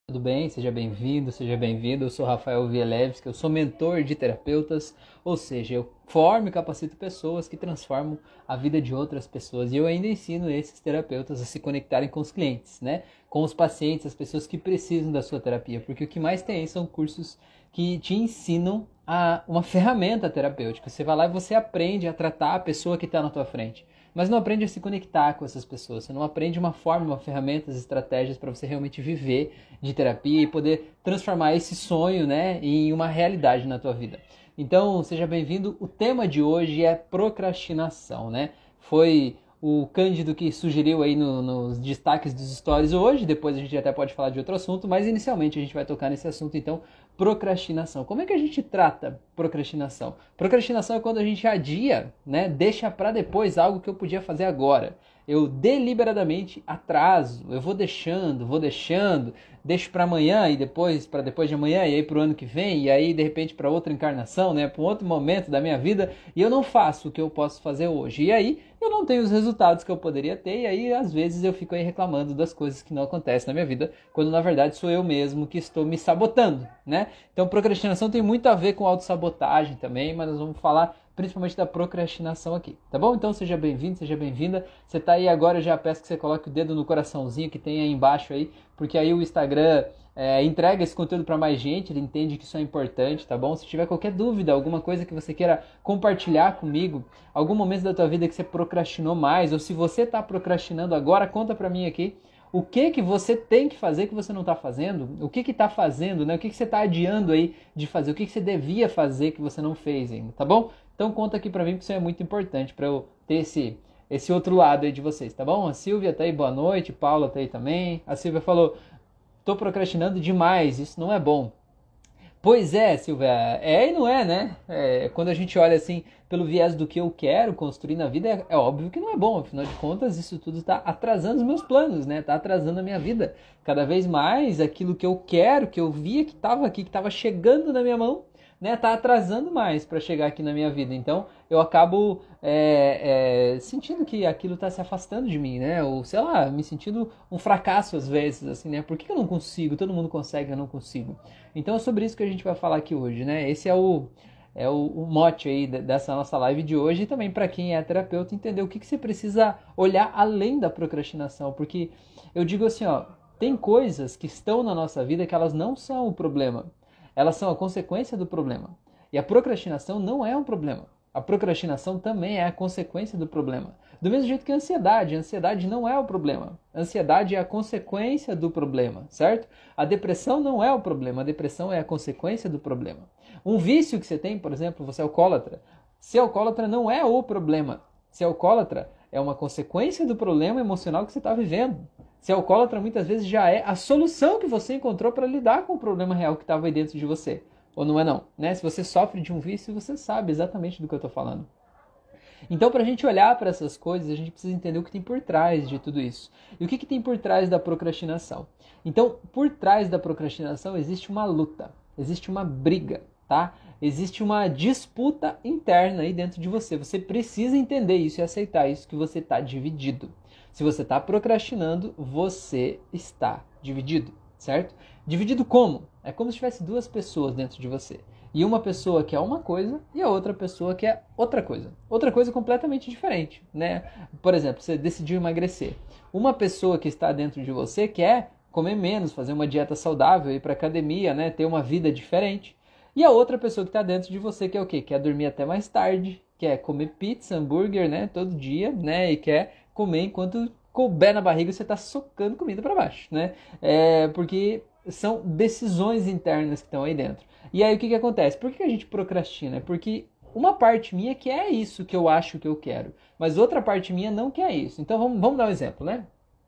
Tudo bem? Seja bem-vindo, seja bem-vindo. Eu sou Rafael Vielewski, eu sou mentor de terapeutas, ou seja, eu formo e capacito pessoas que transformam a vida de outras pessoas. E eu ainda ensino esses terapeutas a se conectarem com os clientes, né? Com os pacientes, as pessoas que precisam da sua terapia. Porque o que mais tem aí são cursos que te ensinam uma ferramenta terapêutica. Você vai lá e você aprende a tratar a pessoa que está na tua frente. Mas não aprende a se conectar com essas pessoas. Você não aprende uma forma, uma ferramentas, estratégias para você realmente viver de terapia e poder transformar esse sonho, né, em uma realidade na tua vida. Então, seja bem-vindo. O tema de hoje é procrastinação, né? Foi o Cândido que sugeriu aí nos destaques dos stories hoje, depois a gente até pode falar de outro assunto, mas inicialmente a gente vai tocar nesse assunto, então, procrastinação. Como é que a gente trata procrastinação? Procrastinação é quando a gente adia, né, deixa para depois algo que eu podia fazer agora. Eu deliberadamente atraso, eu vou deixando, deixo para amanhã e depois para depois de amanhã e aí para o ano que vem e aí de repente para outra encarnação, né, para um outro momento da minha vida e eu não faço o que eu posso fazer hoje. E aí eu não tenho os resultados que eu poderia ter e aí às vezes eu fico aí reclamando das coisas que não acontecem na minha vida, quando na verdade sou eu mesmo que estou me sabotando, né? Então procrastinação tem muito a ver com autossabotagem também, mas nós vamos falar principalmente da procrastinação aqui, tá bom? Então seja bem-vindo, seja bem-vinda. Você tá aí agora, eu já peço que você coloque o dedo no coraçãozinho que tem aí embaixo aí, porque aí o Instagram entrega esse conteúdo para mais gente, ele entende que isso é importante, tá bom? Se tiver qualquer dúvida, alguma coisa que você queira compartilhar comigo, algum momento da tua vida que você procrastinou mais, ou se você tá procrastinando agora, conta para mim aqui. O que você tem que fazer que você não está fazendo? O que está fazendo, né? O que você está adiando aí de fazer? O que você devia fazer que você não fez ainda, tá bom? Então conta aqui pra mim, porque isso é muito importante pra eu ter esse outro lado aí de vocês, tá bom? A Silvia tá aí, boa noite, Paula tá aí também. A Silvia falou, tô procrastinando demais, isso não é bom. Pois é, Silvia, e não é, né? Quando a gente olha assim pelo viés do que eu quero construir na vida, é óbvio que não é bom. Afinal de contas, isso tudo está atrasando os meus planos, né? Tá atrasando a minha vida. Cada vez mais aquilo que eu quero, que eu via que estava aqui, que estava chegando na minha mão, né? Tá atrasando mais para chegar aqui na minha vida. Então, eu acabo sentindo que aquilo está se afastando de mim, né? Ou sei lá, me sentindo um fracasso às vezes, assim, né? Por que eu não consigo? Todo mundo consegue, eu não consigo. Então é sobre isso que a gente vai falar aqui hoje, né? Esse é o mote aí dessa nossa live de hoje e também para quem é terapeuta entender o que você precisa olhar além da procrastinação, porque eu digo assim, ó, tem coisas que estão na nossa vida que elas não são o problema, elas são a consequência do problema. E a procrastinação não é um problema. A procrastinação também é a consequência do problema. Do mesmo jeito que a ansiedade não é o problema. A ansiedade é a consequência do problema, certo? A depressão não é o problema, a depressão é a consequência do problema. Um vício que você tem, por exemplo, você é alcoólatra. Ser alcoólatra não é o problema. Ser alcoólatra é uma consequência do problema emocional que você está vivendo. Ser alcoólatra muitas vezes já é a solução que você encontrou para lidar com o problema real que estava aí dentro de você. Ou não é não, né? Se você sofre de um vício, você sabe exatamente do que eu estou falando. Então, para a gente olhar para essas coisas, a gente precisa entender o que tem por trás de tudo isso. E o que tem por trás da procrastinação? Então, por trás da procrastinação existe uma luta, existe uma briga, tá? Existe uma disputa interna aí dentro de você. Você precisa entender isso e aceitar isso, que você está dividido. Se você está procrastinando, você está dividido, certo? Dividido como? É como se tivesse duas pessoas dentro de você. E uma pessoa quer uma coisa e a outra pessoa quer outra coisa. Outra coisa completamente diferente, né? Por exemplo, você decidiu emagrecer. Uma pessoa que está dentro de você quer comer menos, fazer uma dieta saudável, ir para academia, né? Ter uma vida diferente. E a outra pessoa que está dentro de você quer o quê? Quer dormir até mais tarde, quer comer pizza, hambúrguer, né? Todo dia, né? E quer comer enquanto couber na barriga você está socando comida para baixo, né? Porque são decisões internas que estão aí dentro. E aí o que acontece? Por que a gente procrastina? Porque uma parte minha quer isso que eu acho que eu quero, mas outra parte minha não quer isso. Então vamos dar um exemplo, né?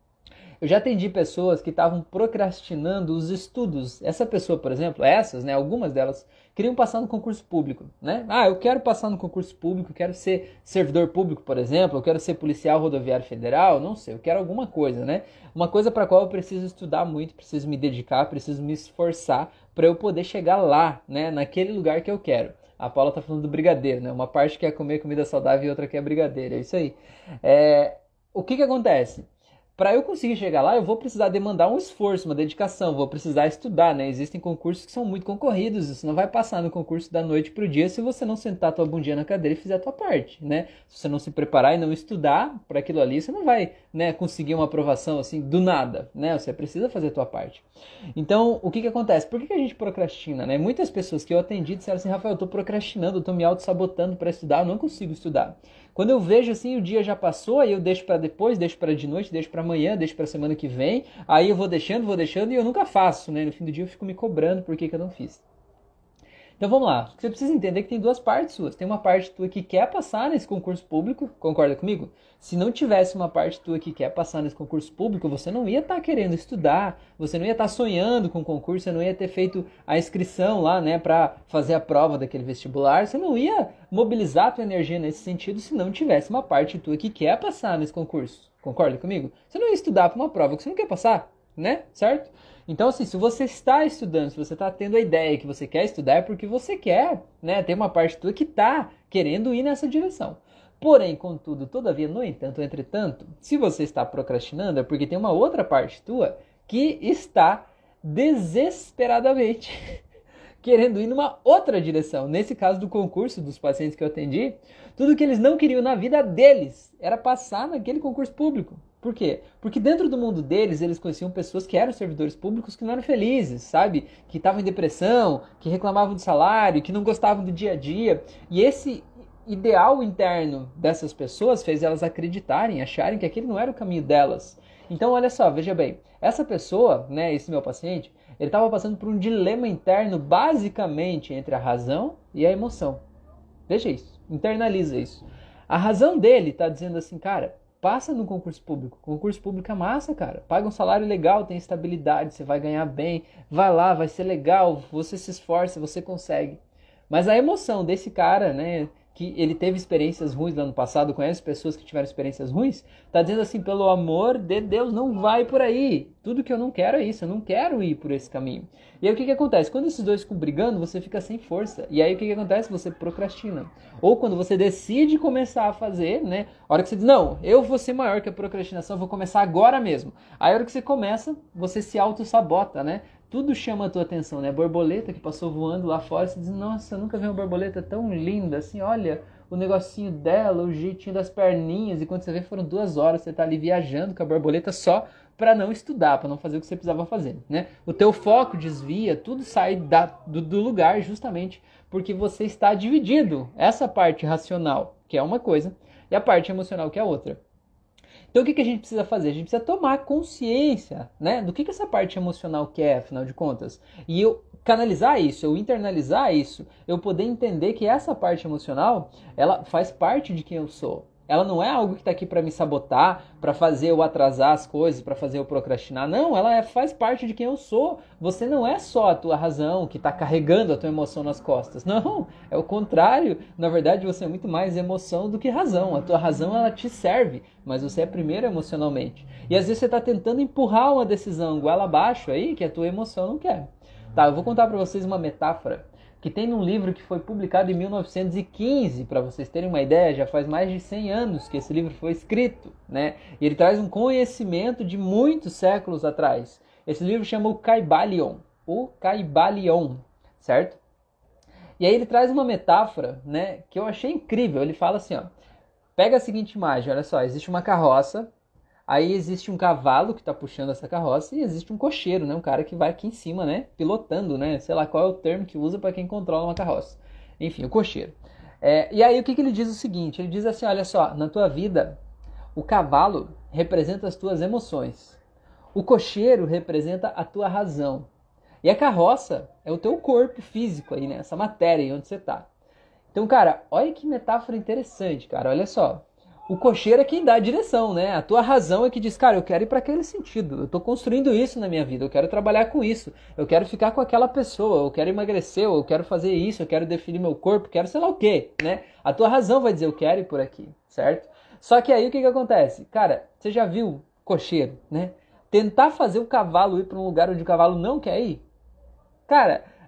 Eu já atendi pessoas que estavam procrastinando os estudos. Essa pessoa, por exemplo, essas, né, algumas delas, queriam passar no concurso público, né? Eu quero passar no concurso público, quero ser servidor público, por exemplo, eu quero ser policial rodoviário federal, não sei, eu quero alguma coisa, né? Uma coisa para a qual eu preciso estudar muito, preciso me dedicar, preciso me esforçar para eu poder chegar lá, né, naquele lugar que eu quero. A Paula tá falando do brigadeiro, né? Uma parte quer comer comida saudável e outra quer brigadeiro, é isso aí. O que acontece? Para eu conseguir chegar lá, eu vou precisar demandar um esforço, uma dedicação, vou precisar estudar, né? Existem concursos que são muito concorridos, você não vai passar no concurso da noite pro dia se você não sentar a tua bundinha na cadeira e fizer a tua parte, né? Se você não se preparar e não estudar para aquilo ali, você não vai, né, conseguir uma aprovação assim do nada, né? Você precisa fazer a tua parte. Então, o que acontece? Por que a gente procrastina, né? Muitas pessoas que eu atendi disseram assim, Rafael, eu tô procrastinando, eu tô me auto-sabotando para estudar, eu não consigo estudar. Quando eu vejo assim, o dia já passou, aí eu deixo para depois, deixo para de noite, deixo para amanhã, deixo para semana que vem, aí eu vou deixando e eu nunca faço, né? No fim do dia eu fico me cobrando por que eu não fiz. Então vamos lá, você precisa entender que tem duas partes suas. Tem uma parte tua que quer passar nesse concurso público, concorda comigo? Se não tivesse uma parte tua que quer passar nesse concurso público, você não ia estar querendo estudar, você não ia estar sonhando com o concurso, você não ia ter feito a inscrição lá, né, para fazer a prova daquele vestibular, você não ia mobilizar a tua energia nesse sentido se não tivesse uma parte tua que quer passar nesse concurso. Concorda comigo? Você não ia estudar para uma prova que você não quer passar, né? Certo? Então, assim, se você está estudando, se você está tendo a ideia que você quer estudar, é porque você quer, né? Tem uma parte tua que está querendo ir nessa direção. Porém, contudo, todavia, no entanto, entretanto, se você está procrastinando, é porque tem uma outra parte tua que está desesperadamente querendo ir numa outra direção. Nesse caso do concurso dos pacientes que eu atendi, tudo que eles não queriam na vida deles era passar naquele concurso público. Por quê? Porque dentro do mundo deles, eles conheciam pessoas que eram servidores públicos que não eram felizes, sabe? Que estavam em depressão, que reclamavam do salário, que não gostavam do dia a dia. E esse ideal interno dessas pessoas fez elas acreditarem, acharem que aquele não era o caminho delas. Então, olha só, veja bem, essa pessoa, né, esse meu paciente, ele estava passando por um dilema interno basicamente entre a razão e a emoção. Veja isso, internaliza isso. A razão dele está dizendo assim, cara, passa no concurso público. Concurso público é massa, cara. Paga um salário legal, tem estabilidade, você vai ganhar bem. Vai lá, vai ser legal, você se esforça, você consegue. Mas a emoção desse cara, né, que ele teve experiências ruins no ano passado, conhece pessoas que tiveram experiências ruins, tá dizendo assim, pelo amor de Deus, não vai por aí. Tudo que eu não quero é isso, eu não quero ir por esse caminho. E aí o que acontece? Quando esses dois ficam brigando, você fica sem força. E aí o que acontece? Você procrastina. Ou quando você decide começar a fazer, né? A hora que você diz, não, eu vou ser maior que a procrastinação, eu vou começar agora mesmo. Aí a hora que você começa, você se auto-sabota, né? Tudo chama a tua atenção, né? Borboleta que passou voando lá fora, você diz, nossa, eu nunca vi uma borboleta tão linda, assim, olha o negocinho dela, o jeitinho das perninhas, e quando você vê foram 2 horas, você tá ali viajando com a borboleta só para não estudar, para não fazer o que você precisava fazer, né? O teu foco desvia, tudo sai do lugar justamente porque você está dividido, essa parte racional, que é uma coisa, e a parte emocional, que é outra. Então o que a gente precisa fazer? A gente precisa tomar consciência, né, do que essa parte emocional quer, afinal de contas. E eu canalizar isso, eu internalizar isso, eu poder entender que essa parte emocional, ela faz parte de quem eu sou. Ela não é algo que está aqui para me sabotar, para fazer eu atrasar as coisas, para fazer eu procrastinar. Não, ela faz parte de quem eu sou. Você não é só a tua razão que está carregando a tua emoção nas costas. Não, é o contrário. Na verdade, você é muito mais emoção do que razão. A tua razão, ela te serve, mas você é primeiro emocionalmente. E às vezes você está tentando empurrar uma decisão goela abaixo aí que a tua emoção não quer. Tá, eu vou contar para vocês uma metáfora que tem num livro que foi publicado em 1915, para vocês terem uma ideia, já faz mais de 100 anos que esse livro foi escrito, né? E ele traz um conhecimento de muitos séculos atrás. Esse livro chama o Kybalion, certo? E aí ele traz uma metáfora, né, que eu achei incrível. Ele fala assim, ó, pega a seguinte imagem, olha só, existe uma carroça, aí existe um cavalo que está puxando essa carroça e existe um cocheiro, né? Um cara que vai aqui em cima, né? Pilotando, né? Sei lá qual é o termo que usa para quem controla uma carroça. Enfim, o cocheiro. E aí o que ele diz o seguinte? Ele diz assim, olha só, na tua vida, o cavalo representa as tuas emoções. O cocheiro representa a tua razão. E a carroça é o teu corpo físico aí, né? Essa matéria aí onde você está. Então, cara, olha que metáfora interessante, cara. Olha só. O cocheiro é quem dá a direção, né? A tua razão é que diz, cara, eu quero ir para aquele sentido. Eu estou construindo isso na minha vida. Eu quero trabalhar com isso. Eu quero ficar com aquela pessoa. Eu quero emagrecer. Eu quero fazer isso. Eu quero definir meu corpo. Quero sei lá o quê, né? A tua razão vai dizer, eu quero ir por aqui, certo? Só que aí o que acontece? Cara, você já viu cocheiro, né? Tentar fazer o cavalo ir para um lugar onde o cavalo não quer ir? Cara,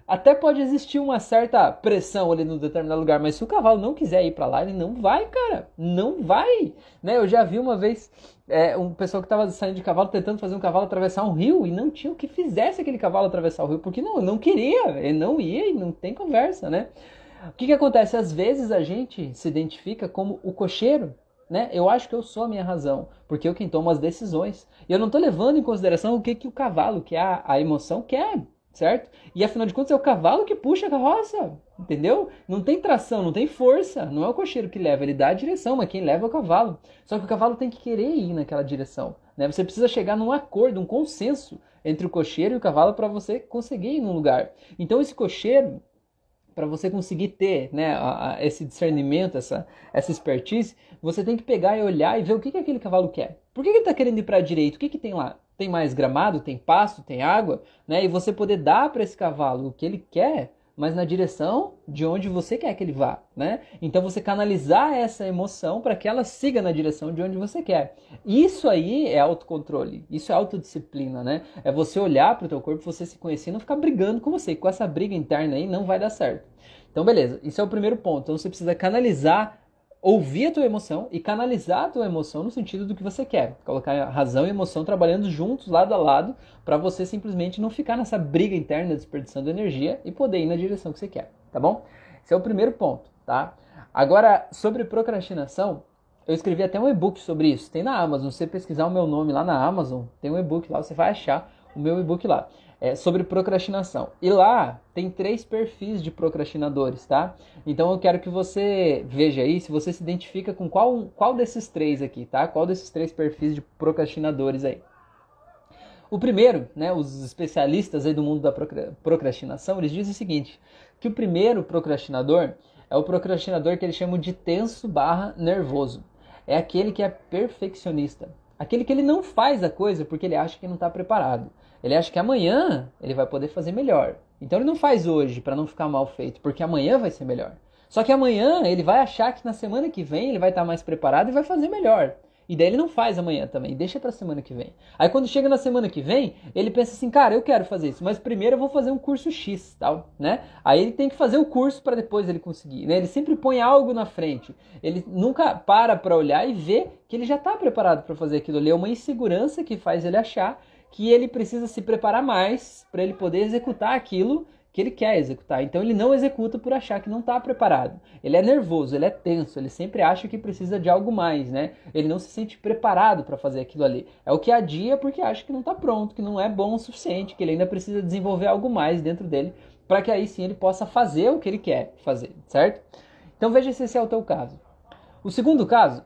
até pode existir uma certa pressão ali num determinado lugar, mas se o cavalo não quiser ir para lá, ele não vai, cara, não vai, né? Eu já vi uma vez um pessoal que estava saindo de cavalo tentando fazer um cavalo atravessar um rio e não tinha o que fizesse aquele cavalo atravessar o rio, porque não queria, ele não ia e não tem conversa, né? O que acontece? Às vezes a gente se identifica como o cocheiro, né? Eu acho que eu sou a minha razão, porque eu quem tomo as decisões. E eu não estou levando em consideração o que o cavalo, que é a emoção, quer, certo? E afinal de contas é o cavalo que puxa a carroça, entendeu? Não tem tração, não tem força, não é o cocheiro que leva, ele dá a direção, mas quem leva é o cavalo. Só que o cavalo tem que querer ir naquela direção, né? Você precisa chegar num acordo, um consenso entre o cocheiro e o cavalo para você conseguir ir num lugar. Então esse cocheiro, para você conseguir ter, né, esse discernimento, essa expertise, você tem que pegar e olhar e ver o que aquele cavalo quer. Por que ele está querendo ir para a direita? O que tem lá? Tem mais gramado? Tem pasto? Tem água? Né? E você poder dar para esse cavalo o que ele quer, mas na direção de onde você quer que ele vá, né? Então você canalizar essa emoção para que ela siga na direção de onde você quer. Isso aí é autocontrole, isso é autodisciplina, né? É você olhar para o teu corpo, você se conhecer e não ficar brigando com você. Com essa briga interna aí não vai dar certo. Então beleza, isso é o primeiro ponto. Então você precisa canalizar, ouvir a tua emoção e canalizar a tua emoção no sentido do que você quer. Colocar razão e emoção trabalhando juntos, lado a lado, para você simplesmente não ficar nessa briga interna, desperdiçando energia e poder ir na direção que você quer, tá bom? Esse é o primeiro ponto, tá? Agora, sobre procrastinação, eu escrevi até um e-book sobre isso. Tem na Amazon, se você pesquisar o meu nome lá na Amazon, tem um e-book lá, você vai achar o meu e-book lá. Sobre procrastinação. E lá tem 3 perfis de procrastinadores, tá? Então eu quero que você veja aí se você se identifica com qual desses 3 aqui, tá? Qual desses 3 perfis de procrastinadores aí. O primeiro, né, os especialistas aí do mundo da procrastinação, eles dizem o seguinte, que o primeiro procrastinador é o procrastinador que eles chamam de tenso/nervoso. É aquele que é perfeccionista. Aquele que ele não faz a coisa porque ele acha que não está preparado. Ele acha que amanhã ele vai poder fazer melhor. Então ele não faz hoje para não ficar mal feito, porque amanhã vai ser melhor. Só que amanhã ele vai achar que na semana que vem ele vai estar mais preparado e vai fazer melhor. E daí ele não faz amanhã também, deixa pra semana que vem. Aí quando chega na semana que vem, ele pensa assim, cara, eu quero fazer isso, mas primeiro eu vou fazer um curso X, tal, né? Aí ele tem que fazer o curso para depois ele conseguir, né? Ele sempre põe algo na frente. Ele nunca para olhar e ver que ele já está preparado para fazer aquilo ali. É uma insegurança que faz ele achar que ele precisa se preparar mais para ele poder executar aquilo que ele quer executar. Então ele não executa por achar que não está preparado. Ele é nervoso, ele é tenso, ele sempre acha que precisa de algo mais, né? Ele não se sente preparado para fazer aquilo ali. É o que adia porque acha que não está pronto, que não é bom o suficiente, que ele ainda precisa desenvolver algo mais dentro dele para que aí sim ele possa fazer o que ele quer fazer, certo? Então veja se esse é o teu caso. O segundo caso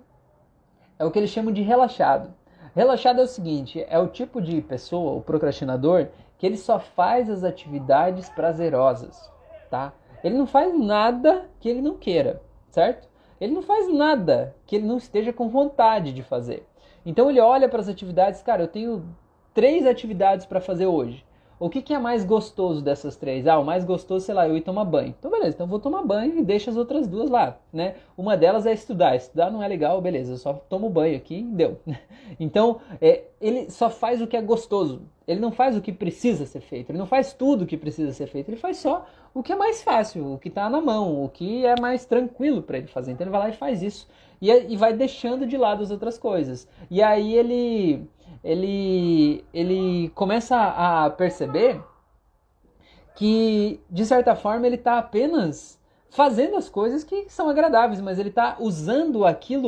é o que eles chamam de relaxado. Relaxado é o seguinte, é o tipo de pessoa, o procrastinador, que ele só faz as atividades prazerosas, tá? Ele não faz nada que ele não queira, certo? Ele não faz nada que ele não esteja com vontade de fazer. Então ele olha para as atividades, cara, eu tenho 3 atividades para fazer hoje. O que é mais gostoso dessas 3? Ah, o mais gostoso, sei lá, eu ir tomar banho. Então beleza, então eu vou tomar banho e deixo as outras 2 lá, né? Uma delas é estudar. Estudar não é legal, beleza, eu só tomo banho aqui e deu. Então, ele só faz o que é gostoso. Ele não faz o que precisa ser feito. Ele não faz tudo o que precisa ser feito. Ele faz só o que é mais fácil, o que está na mão, o que é mais tranquilo para ele fazer. Então ele vai lá e faz isso. E vai deixando de lado as outras coisas. E aí ele começa a perceber que, de certa forma, ele está apenas fazendo as coisas que são agradáveis, mas ele está usando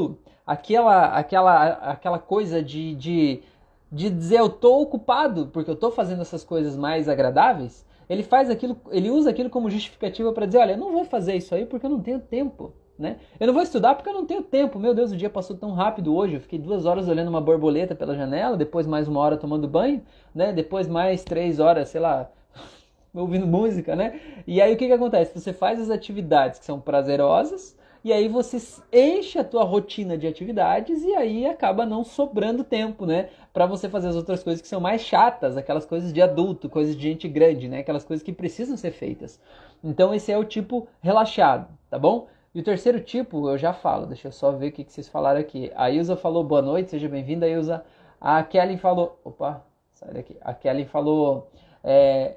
aquela coisa de dizer eu estou ocupado porque eu estou fazendo essas coisas mais agradáveis. Ele faz aquilo, ele usa aquilo como justificativa para dizer, olha, eu não vou fazer isso aí porque eu não tenho tempo. Né? Eu não vou estudar porque eu não tenho tempo. Meu Deus, o dia passou tão rápido hoje. Eu fiquei 2 horas olhando uma borboleta pela janela, depois mais 1 hora tomando banho, né? Depois mais 3 horas, sei lá, ouvindo música, né? E aí o que acontece? Você faz as atividades que são prazerosas e aí você enche a tua rotina de atividades e aí acaba não sobrando tempo, né? Para você fazer as outras coisas que são mais chatas, aquelas coisas de adulto, coisas de gente grande, né? Aquelas coisas que precisam ser feitas. Então esse é o tipo relaxado, tá bom? E o terceiro tipo, eu já falo, deixa eu só ver o que vocês falaram aqui. A Ilza falou boa noite, seja bem-vinda, Ilza. A Kelly falou, opa, sai daqui. A Kelly falou,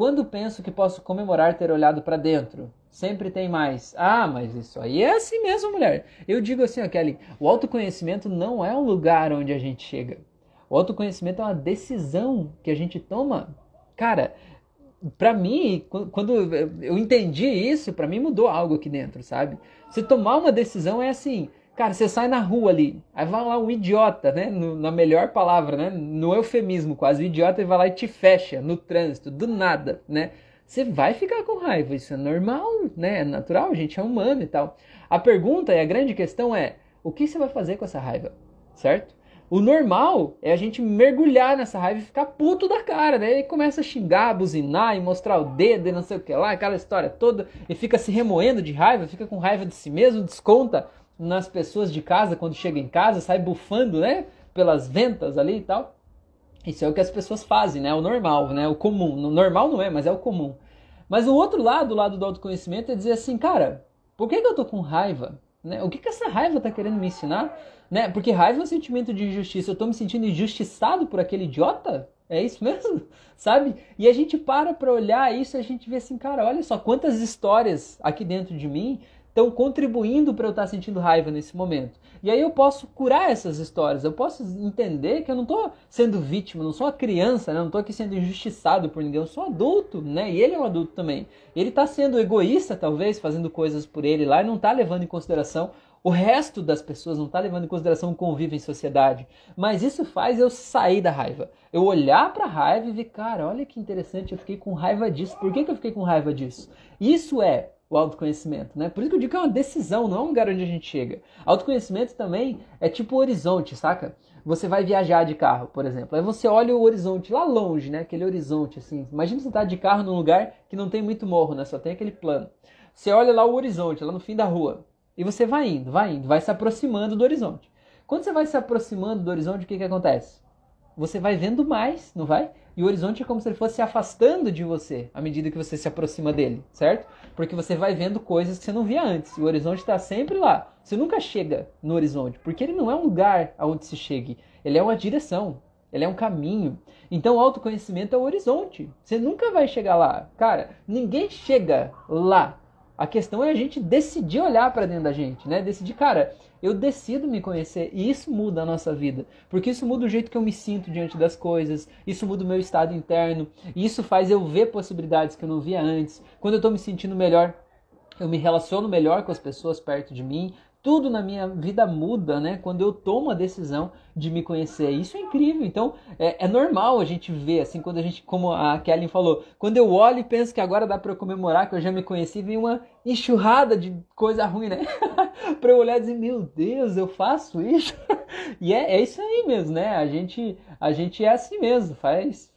Quando penso que posso comemorar ter olhado para dentro? Sempre tem mais. Ah, mas isso aí é assim mesmo, mulher. Eu digo assim, ó, Kelly, o autoconhecimento não é um lugar onde a gente chega. O autoconhecimento é uma decisão que a gente toma. Cara, pra mim, quando eu entendi isso, pra mim mudou algo aqui dentro, sabe? Você tomar uma decisão é assim, cara, você sai na rua ali, aí vai lá um idiota, né? Na melhor palavra, né? No eufemismo quase, o idiota vai lá e te fecha no trânsito, do nada, né? Você vai ficar com raiva, isso é normal, né? É natural, a gente é humano e tal. A pergunta e a grande questão é, o que você vai fazer com essa raiva, certo? O normal é a gente mergulhar nessa raiva e ficar puto da cara, né? E começa a xingar, buzinar e mostrar o dedo e não sei o que lá, aquela história toda, e fica se remoendo de raiva, fica com raiva de si mesmo, desconta nas pessoas de casa quando chega em casa, sai bufando, né? Pelas ventas ali e tal. Isso é o que as pessoas fazem, né? O normal, né? O comum. O normal não é, mas é o comum. Mas o outro lado, o lado do autoconhecimento, é dizer assim, cara, por que eu tô com raiva? Né? O que essa raiva tá querendo me ensinar? Né? Porque raiva é um sentimento de injustiça. Eu tô me sentindo injustiçado por aquele idiota? É isso mesmo? Sabe? E a gente para olhar isso e a gente vê assim, cara, olha só quantas histórias aqui dentro de mim estão contribuindo para eu estar sentindo raiva nesse momento. E aí eu posso curar essas histórias, eu posso entender que eu não estou sendo vítima, não sou uma criança, né? Não estou aqui sendo injustiçado por ninguém, eu sou adulto, né? E ele é um adulto também. Ele está sendo egoísta, talvez, fazendo coisas por ele lá e não está levando em consideração o resto das pessoas, não está levando em consideração o convívio em sociedade. Mas isso faz eu sair da raiva. Eu olhar para a raiva e ver, cara, olha que interessante, eu fiquei com raiva disso. Por que eu fiquei com raiva disso? Isso é o autoconhecimento, né? Por isso que eu digo que é uma decisão, não é um lugar onde a gente chega. Autoconhecimento também é tipo o horizonte, saca? Você vai viajar de carro, por exemplo. Aí você olha o horizonte lá longe, né? Aquele horizonte, assim. Imagina você tá de carro num lugar que não tem muito morro, né? Só tem aquele plano. Você olha lá o horizonte, lá no fim da rua. E você vai indo, vai se aproximando do horizonte. Quando você vai se aproximando do horizonte, o que acontece? Você vai vendo mais, não vai? E o horizonte é como se ele fosse se afastando de você à medida que você se aproxima dele, certo? Porque você vai vendo coisas que você não via antes. E o horizonte está sempre lá. Você nunca chega no horizonte, porque ele não é um lugar aonde se chegue. Ele é uma direção, ele é um caminho. Então o autoconhecimento é o horizonte. Você nunca vai chegar lá. Cara, ninguém chega lá. A questão é a gente decidir olhar para dentro da gente, né? Decidir, cara, eu decido me conhecer e isso muda a nossa vida. Porque isso muda o jeito que eu me sinto diante das coisas, isso muda o meu estado interno, e isso faz eu ver possibilidades que eu não via antes. Quando eu estou me sentindo melhor, eu me relaciono melhor com as pessoas perto de mim. Tudo na minha vida muda, né? Quando eu tomo a decisão de me conhecer. Isso é incrível. Então, é normal a gente ver, assim, quando a gente, como a Kelly falou, quando eu olho e penso que agora dá para eu comemorar, que eu já me conheci, vem uma enxurrada de coisa ruim, né? Para eu olhar e dizer, meu Deus, eu faço isso? E é isso aí mesmo, né? A gente é assim mesmo, faz.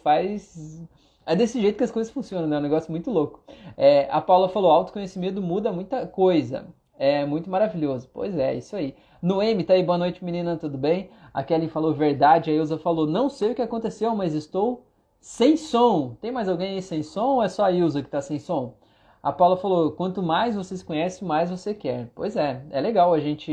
É desse jeito que as coisas funcionam, né? É um negócio muito louco. A Paula falou, autoconhecimento muda muita coisa. É muito maravilhoso. Pois é, isso aí. Noemi, tá aí, boa noite, menina, tudo bem? A Kelly falou verdade, a Ilza falou, não sei o que aconteceu, mas estou sem som. Tem mais alguém aí sem som ou é só a Ilza que tá sem som? A Paula falou, quanto mais você se conhece, mais você quer. Pois é legal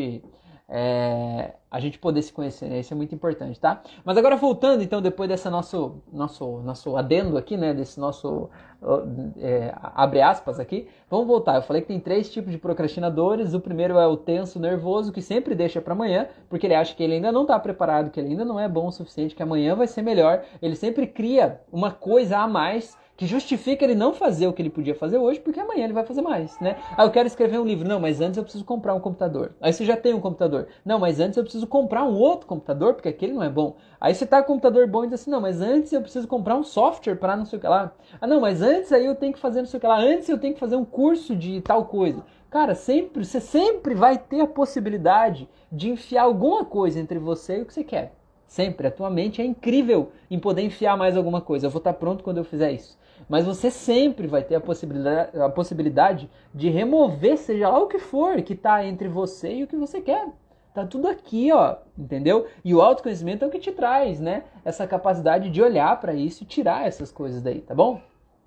a gente poder se conhecer, né? Isso é muito importante, tá? Mas agora voltando, então, depois desse nosso adendo aqui, né? Desse nosso abre aspas aqui, vamos voltar. Eu falei que tem 3 tipos de procrastinadores. O primeiro é o tenso, nervoso, que sempre deixa para amanhã, porque ele acha que ele ainda não está preparado, que ele ainda não é bom o suficiente, que amanhã vai ser melhor. Ele sempre cria uma coisa a mais que justifica ele não fazer o que ele podia fazer hoje, porque amanhã ele vai fazer mais, né? Eu quero escrever um livro. Não, mas antes eu preciso comprar um computador. Aí você já tem um computador. Não, mas antes eu preciso comprar um outro computador, porque aquele não é bom. Aí você tá com um computador bom e diz assim, não, mas antes eu preciso comprar um software para não sei o que lá. Ah, não, mas antes aí eu tenho que fazer não sei o que lá. Antes eu tenho que fazer um curso de tal coisa. Cara, você sempre vai ter a possibilidade de enfiar alguma coisa entre você e o que você quer. Sempre. A tua mente é incrível em poder enfiar mais alguma coisa. Eu vou estar pronto quando eu fizer isso. Mas você sempre vai ter a possibilidade de remover, seja lá o que for, que está entre você e o que você quer. Tá tudo aqui, ó, entendeu? E o autoconhecimento é o que te traz, né? Essa capacidade de olhar para isso e tirar essas coisas daí, tá bom?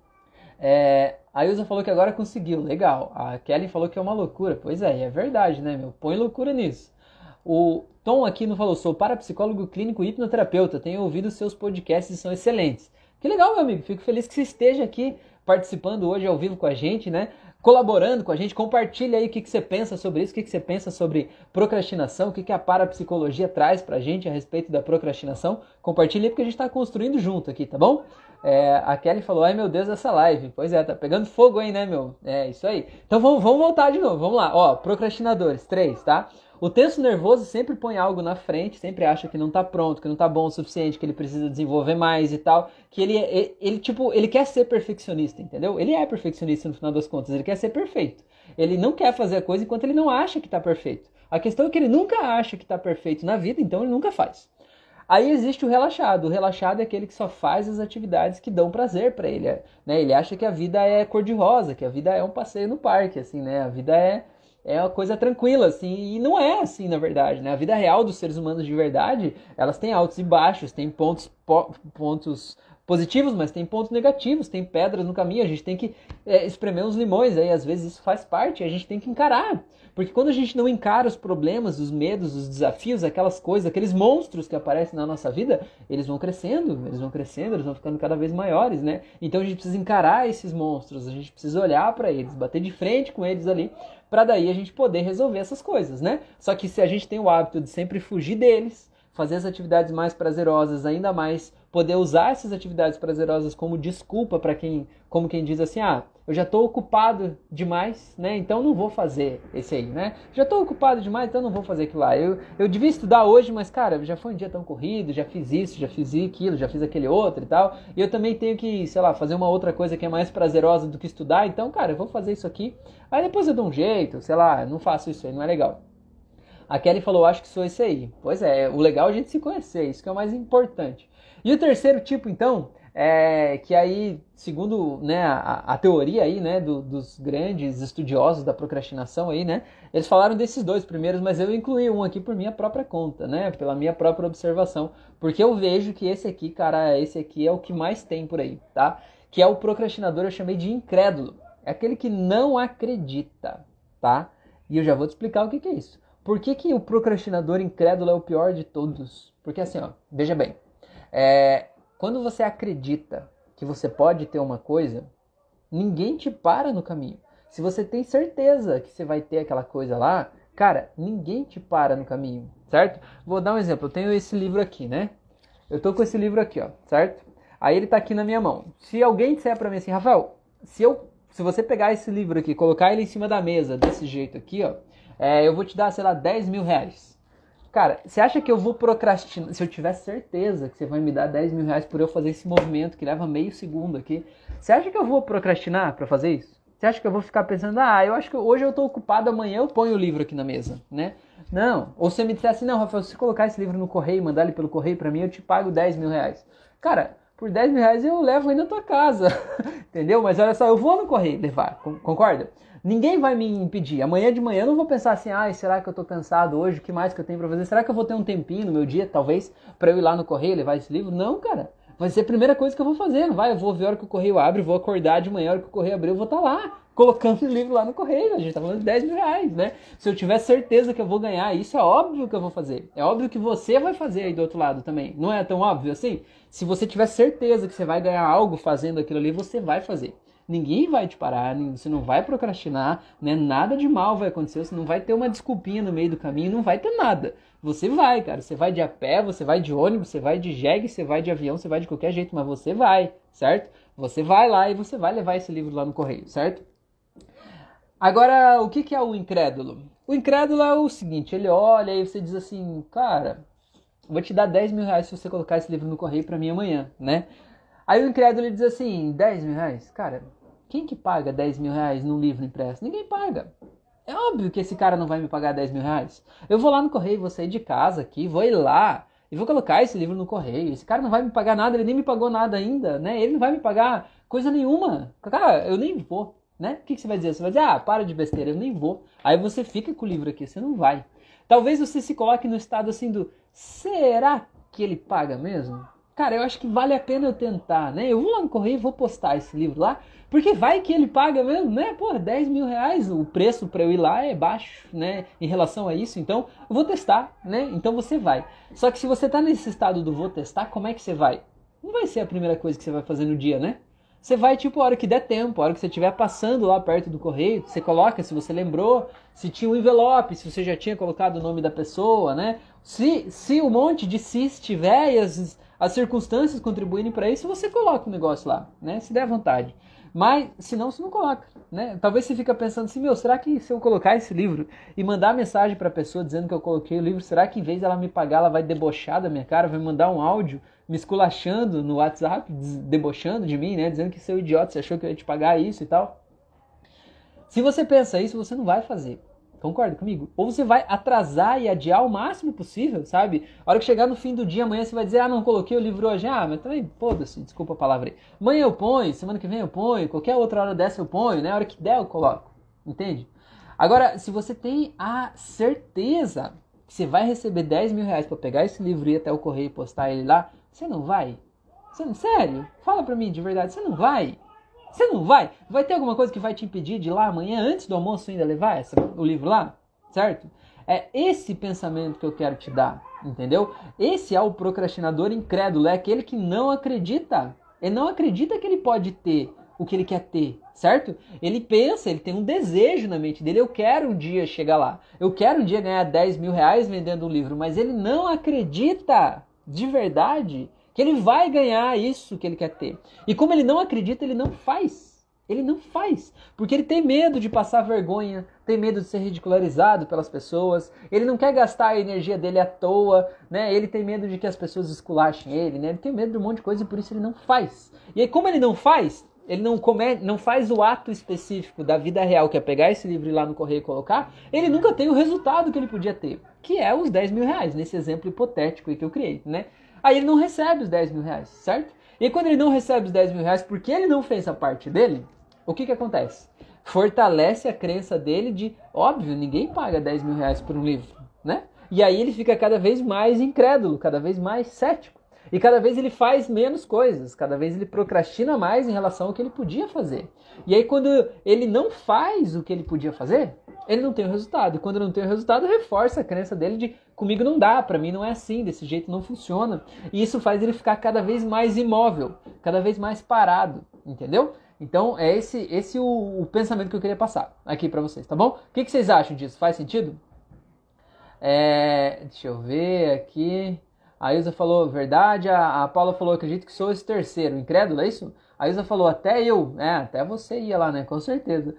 A Ilza falou que agora conseguiu, legal. A Kelly falou que é uma loucura. Pois é verdade, né, meu? Põe loucura nisso. O Tom aqui não falou, sou parapsicólogo clínico e hipnoterapeuta, tenho ouvido seus podcasts e são excelentes. Que legal, meu amigo. Fico feliz que você esteja aqui participando hoje ao vivo com a gente, né? Colaborando com a gente. Compartilha aí o que você pensa sobre isso, o que você pensa sobre procrastinação, o que a parapsicologia traz pra gente a respeito da procrastinação. Compartilha aí porque a gente tá construindo junto aqui, tá bom? A Kelly falou, ai meu Deus, essa live. Pois é, tá pegando fogo aí, né, meu? É, isso aí. Então vamos voltar de novo, vamos lá. Ó, procrastinadores, 3, tá? O tenso nervoso sempre põe algo na frente, sempre acha que não tá pronto, que não tá bom o suficiente, que ele precisa desenvolver mais e tal, que ele quer ser perfeccionista, entendeu? Ele é perfeccionista no final das contas, ele quer ser perfeito. Ele não quer fazer a coisa enquanto ele não acha que tá perfeito. A questão é que ele nunca acha que tá perfeito na vida, então ele nunca faz. Aí existe o relaxado. O relaxado é aquele que só faz as atividades que dão prazer pra ele, né? Ele acha que a vida é cor-de-rosa, que a vida é um passeio no parque, assim, né? A vida é uma coisa tranquila, assim, e não é assim, na verdade, né? A vida real dos seres humanos de verdade, elas têm altos e baixos, tem pontos positivos, mas tem pontos negativos, tem pedras no caminho, a gente tem que espremer uns limões, aí às vezes isso faz parte, a gente tem que encarar. Porque quando a gente não encara os problemas, os medos, os desafios, aquelas coisas, aqueles monstros que aparecem na nossa vida, eles vão crescendo, eles vão ficando cada vez maiores, né? Então a gente precisa encarar esses monstros, a gente precisa olhar para eles, bater de frente com eles ali, para daí a gente poder resolver essas coisas, né? Só que se a gente tem o hábito de sempre fugir deles, fazer as atividades mais prazerosas, ainda mais poder usar essas atividades prazerosas como desculpa para como quem diz assim, eu já estou ocupado demais, né? Então não vou fazer esse aí, né? Já estou ocupado demais, então não vou fazer aquilo lá. Eu devia estudar hoje, mas cara, já foi um dia tão corrido, já fiz isso, já fiz aquilo, já fiz aquele outro e tal. E eu também tenho que, sei lá, fazer uma outra coisa que é mais prazerosa do que estudar. Então, cara, eu vou fazer isso aqui. Aí depois eu dou um jeito, sei lá, não faço isso aí, não é legal. A Kelly falou, acho que sou esse aí. Pois é, o legal é a gente se conhecer, isso que é o mais importante. E o terceiro tipo, então, que aí, segundo, né, a teoria aí, né, dos grandes estudiosos da procrastinação aí, né, eles falaram desses dois primeiros, mas eu incluí um aqui por minha própria conta, né, pela minha própria observação, porque eu vejo que esse aqui, cara, esse aqui é o que mais tem por aí, tá? Que é o procrastinador, eu chamei de incrédulo. É aquele que não acredita, tá? E eu já vou te explicar o que é isso. Por que o procrastinador incrédulo é o pior de todos? Porque assim, ó, veja bem, quando você acredita que você pode ter uma coisa, ninguém te para no caminho. Se você tem certeza que você vai ter aquela coisa lá, cara, ninguém te para no caminho, certo? Vou dar um exemplo, eu tenho esse livro aqui, né? Eu tô com esse livro aqui, ó, certo? Aí ele tá aqui na minha mão. Se alguém disser pra mim assim, Rafael, se você pegar esse livro aqui, colocar ele em cima da mesa, desse jeito aqui, ó, eu vou te dar, sei lá, 10 mil reais. Cara, você acha que eu vou procrastinar? Se eu tiver certeza que você vai me dar 10 mil reais por eu fazer esse movimento que leva meio segundo aqui, você acha que eu vou procrastinar pra fazer isso? Você acha que eu vou ficar pensando, eu acho que hoje eu tô ocupado, amanhã eu ponho o livro aqui na mesa, né? Não. Ou você me disser assim, não, Rafael, se você colocar esse livro no correio, mandar ele pelo correio pra mim, eu te pago 10 mil reais. Cara, por 10 mil reais eu levo aí na tua casa, entendeu? Mas olha só, eu vou no correio levar, concorda? Ninguém vai me impedir. Amanhã de manhã eu não vou pensar assim, será que eu tô cansado hoje? O que mais que eu tenho pra fazer? Será que eu vou ter um tempinho no meu dia, talvez, pra eu ir lá no correio levar esse livro? Não, cara. Vai ser a primeira coisa que eu vou fazer, não vai? Eu vou ver a hora que o correio abre, vou acordar de manhã, a hora que o correio abrir, eu vou estar lá, colocando o livro lá no correio. A gente tá falando de 10 mil reais, né? Se eu tiver certeza que eu vou ganhar isso, é óbvio que eu vou fazer. É óbvio que você vai fazer aí do outro lado também. Não é tão óbvio assim? Se você tiver certeza que você vai ganhar algo fazendo aquilo ali, você vai fazer. Ninguém vai te parar, você não vai procrastinar, né? Nada de mal vai acontecer, você não vai ter uma desculpinha no meio do caminho, não vai ter nada. Você vai, cara, você vai de a pé, você vai de ônibus, você vai de jegue, você vai de avião, você vai de qualquer jeito, mas você vai, certo? Você vai lá e você vai levar esse livro lá no correio, certo? Agora, o que é o incrédulo? O incrédulo é o seguinte, ele olha e você diz assim, cara, vou te dar 10 mil reais se você colocar esse livro no correio pra mim amanhã, né? Aí o incrédulo ele diz assim, 10 mil reais? Cara, quem que paga 10 mil reais num livro impresso? Ninguém paga. É óbvio que esse cara não vai me pagar 10 mil reais. Eu vou lá no correio, vou sair de casa aqui, vou ir lá e vou colocar esse livro no correio. Esse cara não vai me pagar nada, ele nem me pagou nada ainda, né? Ele não vai me pagar coisa nenhuma. Cara, eu nem vou, né? O que você vai dizer? Você vai dizer, para de besteira, eu nem vou. Aí você fica com o livro aqui, você não vai. Talvez você se coloque no estado assim do, será que ele paga mesmo? Cara, eu acho que vale a pena eu tentar, né? Eu vou lá no correio e vou postar esse livro lá, porque vai que ele paga mesmo, né? Pô, 10 mil reais, o preço para eu ir lá é baixo, né? Em relação a isso, então eu vou testar, né? Então você vai. Só que se você tá nesse estado do vou testar, como é que você vai? Não vai ser a primeira coisa que você vai fazer no dia, né? Você vai, tipo, a hora que der tempo, a hora que você estiver passando lá perto do correio, você coloca, se você lembrou, se tinha um envelope, se você já tinha colocado o nome da pessoa, né? Se um monte de se estiver e as circunstâncias contribuírem para isso, você coloca o negócio lá, né? Se der vontade. Mas, se não, você não coloca, né? Talvez você fica pensando assim, meu, será que se eu colocar esse livro e mandar mensagem para a pessoa dizendo que eu coloquei o livro, será que em vez dela me pagar, ela vai debochar da minha cara, vai mandar um áudio me esculachando no WhatsApp, debochando de mim, né? Dizendo que seu idiota, você achou que eu ia te pagar isso e tal. Se você pensa isso, você não vai fazer. Concorda comigo? Ou você vai atrasar e adiar o máximo possível, sabe? A hora que chegar no fim do dia, amanhã você vai dizer, ah, não coloquei o livro hoje. Ah, mas também, foda-se, desculpa a palavra aí. Amanhã eu ponho, semana que vem eu ponho, qualquer outra hora dessa eu ponho, né? A hora que der eu coloco. Entende? Agora, se você tem a certeza que você vai receber 10 mil reais pra pegar esse livro e ir até o correio e postar ele lá, você não vai? Sério? Fala pra mim de verdade, você não vai? Você não vai? Vai ter alguma coisa que vai te impedir de ir lá amanhã, antes do almoço, ainda levar o livro lá? Certo? É esse pensamento que eu quero te dar, entendeu? Esse é o procrastinador incrédulo, é aquele que não acredita. Ele não acredita que ele pode ter o que ele quer ter, certo? Ele pensa, ele tem um desejo na mente dele, eu quero um dia chegar lá. Eu quero um dia ganhar 10 mil reais vendendo um livro, mas ele não acredita de verdade que ele vai ganhar isso que ele quer ter. E como ele não acredita, ele não faz. Ele não faz. Porque ele tem medo de passar vergonha, tem medo de ser ridicularizado pelas pessoas, ele não quer gastar a energia dele à toa, né? Ele tem medo de que as pessoas esculachem ele, né? Ele tem medo de um monte de coisa e por isso ele não faz. E aí, como ele não faz, ele não faz o ato específico da vida real, que é pegar esse livro e ir lá no correio e colocar, ele nunca tem o resultado que ele podia ter, que é os 10 mil reais, nesse exemplo hipotético aí que eu criei, né? Aí ele não recebe os 10 mil reais, certo? E quando ele não recebe os 10 mil reais porque ele não fez a parte dele, o que acontece? Fortalece a crença dele de, óbvio, ninguém paga 10 mil reais por um livro, né? E aí ele fica cada vez mais incrédulo, cada vez mais cético. E cada vez ele faz menos coisas, cada vez ele procrastina mais em relação ao que ele podia fazer. E aí quando ele não faz o que ele podia fazer, ele não tem o resultado. E quando não tem o resultado, reforça a crença dele de comigo não dá, pra mim não é assim, desse jeito não funciona. E isso faz ele ficar cada vez mais imóvel, cada vez mais parado, entendeu? Então é esse o pensamento que eu queria passar aqui pra vocês, tá bom? O que vocês acham disso? Faz sentido? Deixa eu ver aqui. A Ilza falou, verdade. A Paula falou, acredito que sou esse terceiro. Incrédulo, é isso? A Ilza falou, até eu. Até você ia lá, né? Com certeza.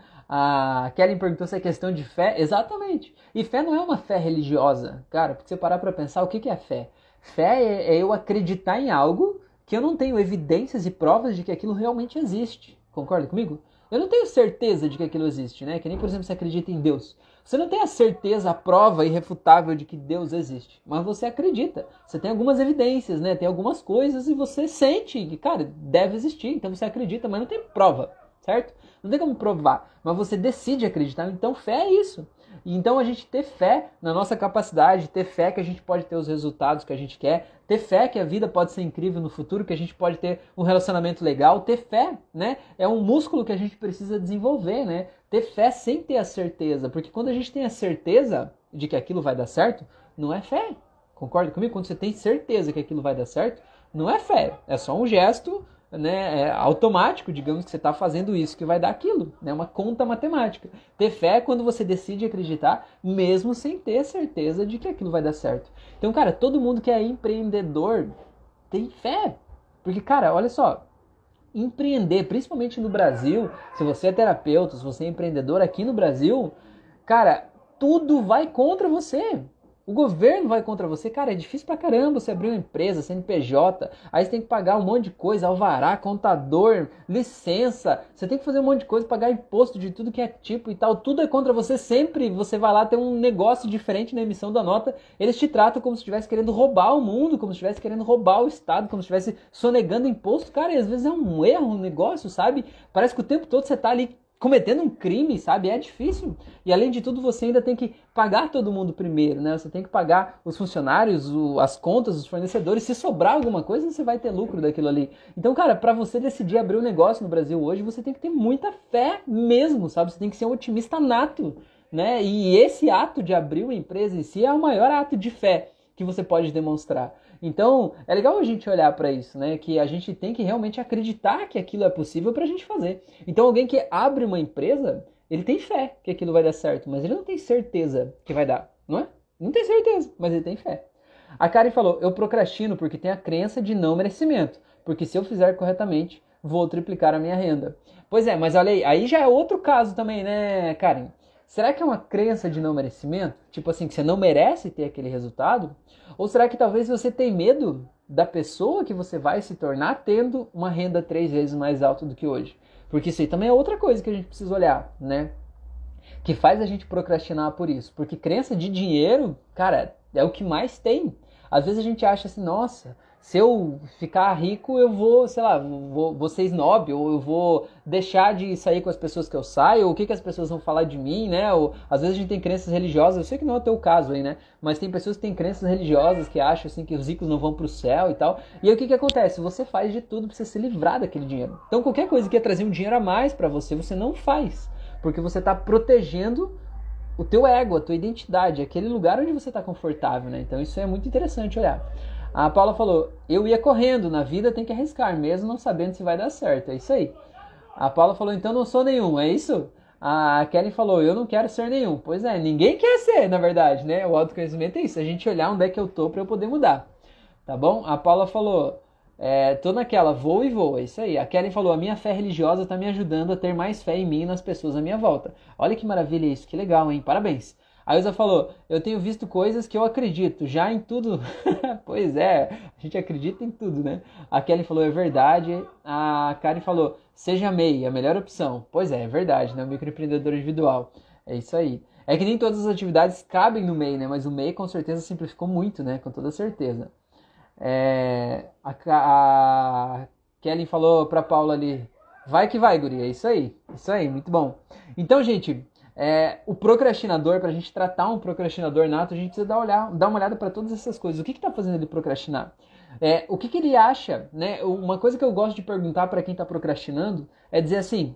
A Kellen perguntou se é questão de fé. Exatamente. E fé não é uma fé religiosa. Cara, porque você parar pra pensar, o que é fé? Fé é eu acreditar em algo que eu não tenho evidências e provas de que aquilo realmente existe. Concorda comigo? Eu não tenho certeza de que aquilo existe, né? Que nem, por exemplo, você acredita em Deus. Você não tem a certeza, a prova irrefutável de que Deus existe, mas você acredita. Você tem algumas evidências, né? Tem algumas coisas e você sente que, cara, deve existir. Então você acredita, mas não tem prova, certo? Não tem como provar, mas você decide acreditar. Então fé é isso. E então a gente ter fé na nossa capacidade, ter fé que a gente pode ter os resultados que a gente quer, ter fé que a vida pode ser incrível no futuro, que a gente pode ter um relacionamento legal, ter fé, né? É um músculo que a gente precisa desenvolver, né? Ter fé sem ter a certeza, porque quando a gente tem a certeza de que aquilo vai dar certo, não é fé. Concorda comigo? Quando você tem certeza que aquilo vai dar certo, não é fé, é só um gesto, né, automático, digamos que você está fazendo isso que vai dar aquilo, né, uma conta matemática. Ter fé é quando você decide acreditar, mesmo sem ter certeza de que aquilo vai dar certo. Então, cara, todo mundo que é empreendedor tem fé, porque, cara, olha só, empreender, principalmente no Brasil, se você é terapeuta, se você é empreendedor aqui no Brasil, cara, tudo vai contra você. O governo vai contra você, cara, é difícil pra caramba você abrir uma empresa, CNPJ, aí você tem que pagar um monte de coisa, alvará, contador, licença, você tem que fazer um monte de coisa, pagar imposto de tudo que é tipo e tal, tudo é contra você, sempre você vai lá ter um negócio diferente na emissão da nota, eles te tratam como se estivesse querendo roubar o mundo, como se estivesse querendo roubar o Estado, como se estivesse sonegando imposto, cara, e às vezes é um erro, um negócio, sabe? Parece que o tempo todo você tá ali cometendo um crime, sabe? É difícil. E além de tudo, você ainda tem que pagar todo mundo primeiro, né? Você tem que pagar os funcionários, as contas, os fornecedores. Se sobrar alguma coisa, você vai ter lucro daquilo ali. Então, cara, para você decidir abrir um negócio no Brasil hoje, você tem que ter muita fé mesmo, sabe? Você tem que ser um otimista nato, né? E esse ato de abrir uma empresa em si é o maior ato de fé que você pode demonstrar. Então, é legal a gente olhar para isso, né? Que a gente tem que realmente acreditar que aquilo é possível para a gente fazer. Então, alguém que abre uma empresa, ele tem fé que aquilo vai dar certo, mas ele não tem certeza que vai dar, não é? Não tem certeza, mas ele tem fé. A Karen falou, eu procrastino porque tenho a crença de não merecimento, porque se eu fizer corretamente, vou triplicar a minha renda. Pois é, mas olha aí já é outro caso também, né, Karen? Será que é uma crença de não merecimento? Tipo assim, que você não merece ter aquele resultado? Ou será que talvez você tenha medo da pessoa que você vai se tornar tendo uma renda 3 vezes mais alta do que hoje? Porque isso aí também é outra coisa que a gente precisa olhar, né? Que faz a gente procrastinar por isso. Porque crença de dinheiro, cara, é o que mais tem. Às vezes a gente acha assim, nossa, se eu ficar rico, eu vou, sei lá, vou ser snob, ou eu vou deixar de sair com as pessoas que eu saio, ou o que, que as pessoas vão falar de mim, né? Ou, às vezes a gente tem crenças religiosas, eu sei que não é o teu caso aí, né? Mas tem pessoas que têm crenças religiosas que acham assim que os ricos não vão pro céu e tal. E aí o que, que acontece? Você faz de tudo pra você se livrar daquele dinheiro. Então qualquer coisa que ia trazer um dinheiro a mais pra você, você não faz. Porque você tá protegendo o teu ego, a tua identidade, aquele lugar onde você está confortável, né? Então isso é muito interessante olhar. A Paula falou, eu ia correndo, na vida tem que arriscar, mesmo não sabendo se vai dar certo, é isso aí. A Paula falou, então não sou nenhum, é isso? A Kelly falou, eu não quero ser nenhum. Pois é, ninguém quer ser, na verdade, né? O autoconhecimento é isso, a gente olhar onde é que eu tô para eu poder mudar, tá bom? A Paula falou, tô naquela, vou e vou, é isso aí. A Kelly falou, a minha fé religiosa está me ajudando a ter mais fé em mim e nas pessoas à minha volta. Olha que maravilha isso, que legal, hein? Parabéns. A Ilza falou, eu tenho visto coisas que eu acredito, já em tudo. Pois é, a gente acredita em tudo, né? A Kelly falou, é verdade. A Karen falou, seja MEI, a melhor opção. Pois é verdade, né? O microempreendedor individual. É isso aí. É que nem todas as atividades cabem no MEI, né? Mas o MEI com certeza simplificou muito, né? Com toda certeza. A Kelly falou pra Paula ali, vai que vai, guria, isso aí, muito bom. Então, gente, o procrastinador, pra gente tratar um procrastinador nato, a gente precisa dar uma olhada para todas essas coisas. O que tá fazendo ele procrastinar? O que ele acha, né? Uma coisa que eu gosto de perguntar para quem tá procrastinando é dizer assim,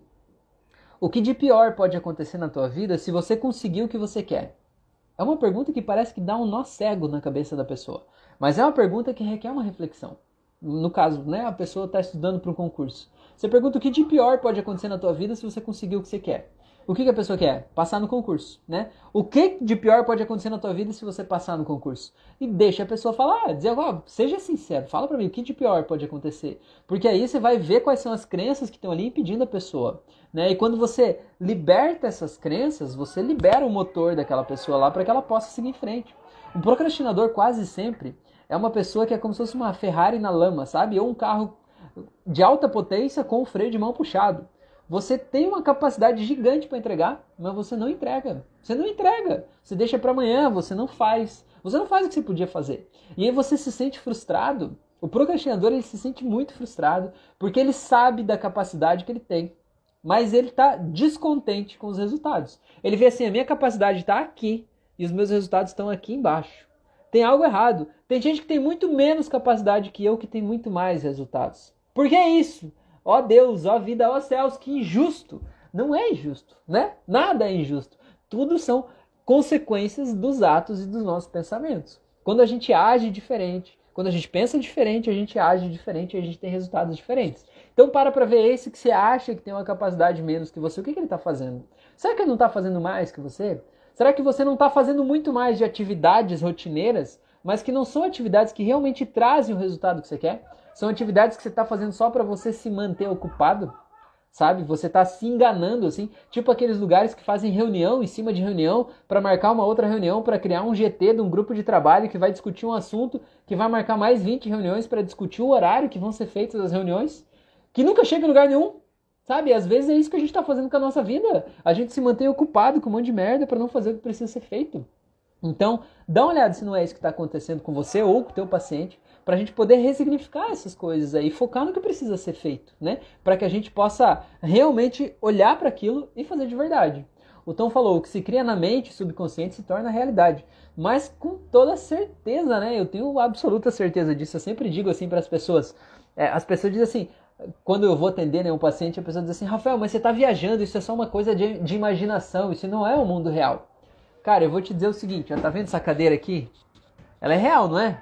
o que de pior pode acontecer na tua vida se você conseguir o que você quer? É uma pergunta que parece que dá um nó cego na cabeça da pessoa. Mas é uma pergunta que requer uma reflexão. No caso, né, a pessoa está estudando para um concurso. Você pergunta o que de pior pode acontecer na tua vida se você conseguir o que você quer. O que a pessoa quer? Passar no concurso, né? O que de pior pode acontecer na tua vida se você passar no concurso? E deixa a pessoa falar, dizer, seja sincero, fala para mim o que de pior pode acontecer. Porque aí você vai ver quais são as crenças que estão ali impedindo a pessoa, né? E quando você liberta essas crenças, você libera o motor daquela pessoa lá para que ela possa seguir em frente. O procrastinador quase sempre é uma pessoa que é como se fosse uma Ferrari na lama, sabe? Ou um carro de alta potência com o freio de mão puxado. Você tem uma capacidade gigante para entregar, mas você não entrega. Você não entrega. Você deixa para amanhã, você não faz. Você não faz o que você podia fazer. E aí você se sente frustrado. O procrastinador ele se sente muito frustrado porque ele sabe da capacidade que ele tem. Mas ele está descontente com os resultados. Ele vê assim, a minha capacidade está aqui e os meus resultados estão aqui embaixo. Tem algo errado. Tem gente que tem muito menos capacidade que eu, que tem muito mais resultados. Por que isso? Ó Deus, ó vida, ó céus, que injusto. Não é injusto, né? Nada é injusto. Tudo são consequências dos atos e dos nossos pensamentos. Quando a gente age diferente, quando a gente pensa diferente, a gente age diferente e a gente tem resultados diferentes. Então para ver esse que você acha que tem uma capacidade menos que você, o que ele está fazendo? Será que ele não está fazendo mais que você? Será que você não está fazendo muito mais de atividades rotineiras, mas que não são atividades que realmente trazem o resultado que você quer? São atividades que você está fazendo só para você se manter ocupado, sabe? Você está se enganando, assim, tipo aqueles lugares que fazem reunião em cima de reunião para marcar uma outra reunião, para criar um GT de um grupo de trabalho que vai discutir um assunto, que vai marcar mais 20 reuniões para discutir o horário que vão ser feitas as reuniões, que nunca chega em lugar nenhum, sabe? Às vezes é isso que a gente está fazendo com a nossa vida. A gente se mantém ocupado com um monte de merda para não fazer o que precisa ser feito. Então, dá uma olhada se não é isso que está acontecendo com você ou com o teu paciente, para a gente poder ressignificar essas coisas aí, focar no que precisa ser feito, né? Para que a gente possa realmente olhar para aquilo e fazer de verdade. O Tom falou, o que se cria na mente subconsciente se torna realidade. Mas com toda certeza, né? Eu tenho absoluta certeza disso. Eu sempre digo assim para as pessoas dizem assim, quando eu vou atender, né, um paciente, a pessoa diz assim, Rafael, mas você está viajando, isso é só uma coisa de imaginação, isso não é o mundo real. Cara, eu vou te dizer o seguinte, ó, tá vendo essa cadeira aqui? Ela é real, não é?